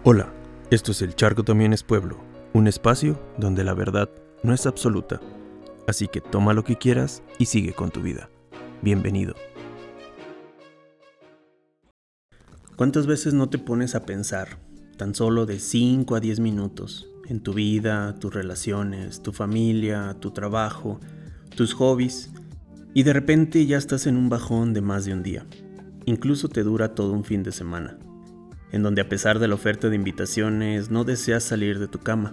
Hola, esto es El Charco También es Pueblo, un espacio donde la verdad no es absoluta. Así que toma lo que quieras y sigue con tu vida. Bienvenido. ¿Cuántas veces no te pones a pensar, tan solo de 5 a 10 minutos, en tu vida, tus relaciones, tu familia, tu trabajo, tus hobbies, y de repente ya estás en un bajón de más de un día? Incluso te dura todo un fin de semana, en donde a pesar de la oferta de invitaciones no deseas salir de tu cama.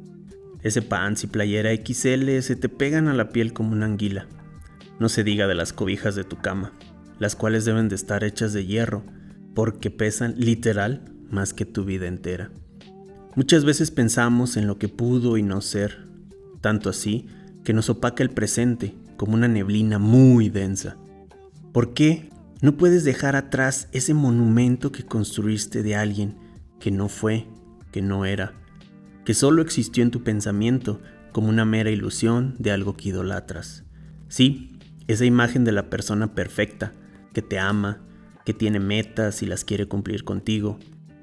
Ese pants y playera XL se te pegan a la piel como una anguila. No se diga de las cobijas de tu cama, las cuales deben de estar hechas de hierro, porque pesan literal más que tu vida entera. Muchas veces pensamos en lo que pudo y no ser, tanto así que nos opaca el presente como una neblina muy densa. ¿Por qué no puedes dejar atrás ese monumento que construiste de alguien que no fue, que no era, que solo existió en tu pensamiento como una mera ilusión de algo que idolatras? Sí, esa imagen de la persona perfecta, que te ama, que tiene metas y las quiere cumplir contigo.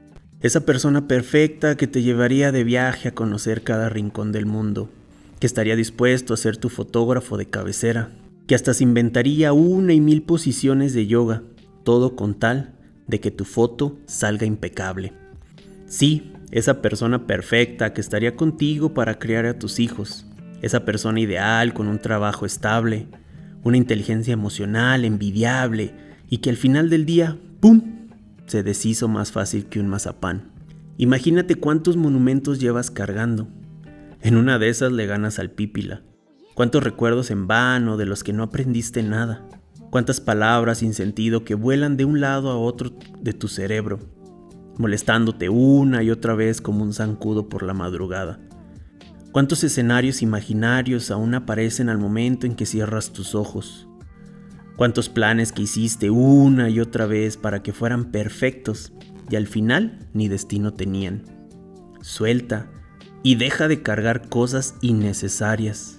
Esa persona perfecta que te llevaría de viaje a conocer cada rincón del mundo, que estaría dispuesto a ser tu fotógrafo de cabecera, que hasta se inventaría 1 y 1000 posiciones de yoga, todo con tal de que tu foto salga impecable. Sí, esa persona perfecta que estaría contigo para criar a tus hijos, esa persona ideal con un trabajo estable, una inteligencia emocional envidiable y que al final del día, ¡pum!, se deshizo más fácil que un mazapán. Imagínate cuántos monumentos llevas cargando. En una de esas le ganas al pípila. Cuántos recuerdos en vano de los que no aprendiste nada. Cuántas palabras sin sentido que vuelan de un lado a otro de tu cerebro, molestándote una y otra vez como un zancudo por la madrugada. Cuántos escenarios imaginarios aún aparecen al momento en que cierras tus ojos. Cuántos planes que hiciste una y otra vez para que fueran perfectos y al final ni destino tenían. Suelta y deja de cargar cosas innecesarias.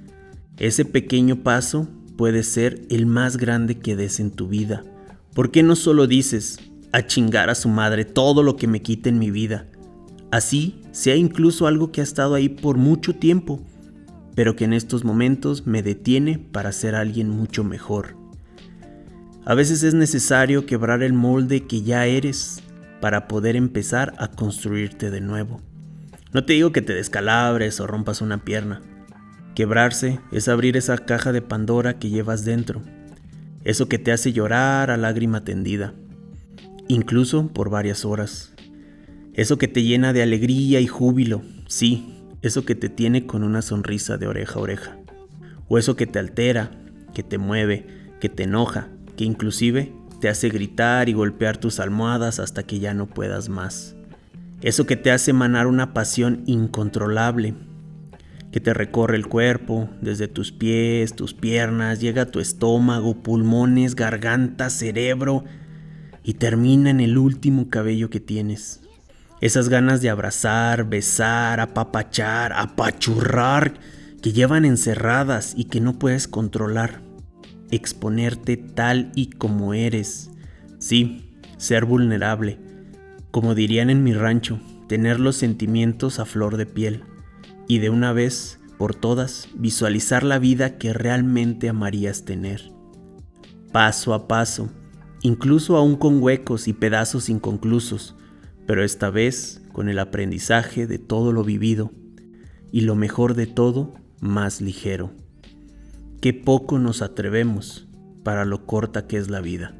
Ese pequeño paso puede ser el más grande que des en tu vida. ¿Por qué no solo dices, a chingar a su madre todo lo que me quite en mi vida? Así sea incluso algo que ha estado ahí por mucho tiempo, pero que en estos momentos me detiene para ser alguien mucho mejor. A veces es necesario quebrar el molde que ya eres para poder empezar a construirte de nuevo. No te digo que te descalabres o rompas una pierna. Quebrarse es abrir esa caja de Pandora que llevas dentro, eso que te hace llorar a lágrima tendida, incluso por varias horas. Eso que te llena de alegría y júbilo, sí, eso que te tiene con una sonrisa de oreja a oreja. O eso que te altera, que te mueve, que te enoja, que inclusive te hace gritar y golpear tus almohadas hasta que ya no puedas más. Eso que te hace emanar una pasión incontrolable, que te recorre el cuerpo, desde tus pies, tus piernas, llega a tu estómago, pulmones, garganta, cerebro y termina en el último cabello que tienes. Esas ganas de abrazar, besar, apapachar, apachurrar, que llevan encerradas y que no puedes controlar. Exponerte tal y como eres. Sí, ser vulnerable. Como dirían en mi rancho, tener los sentimientos a flor de piel. Y de una vez por todas, visualizar la vida que realmente amarías tener. Paso a paso, incluso aún con huecos y pedazos inconclusos, pero esta vez con el aprendizaje de todo lo vivido. Y lo mejor de todo, más ligero. Qué poco nos atrevemos para lo corta que es la vida.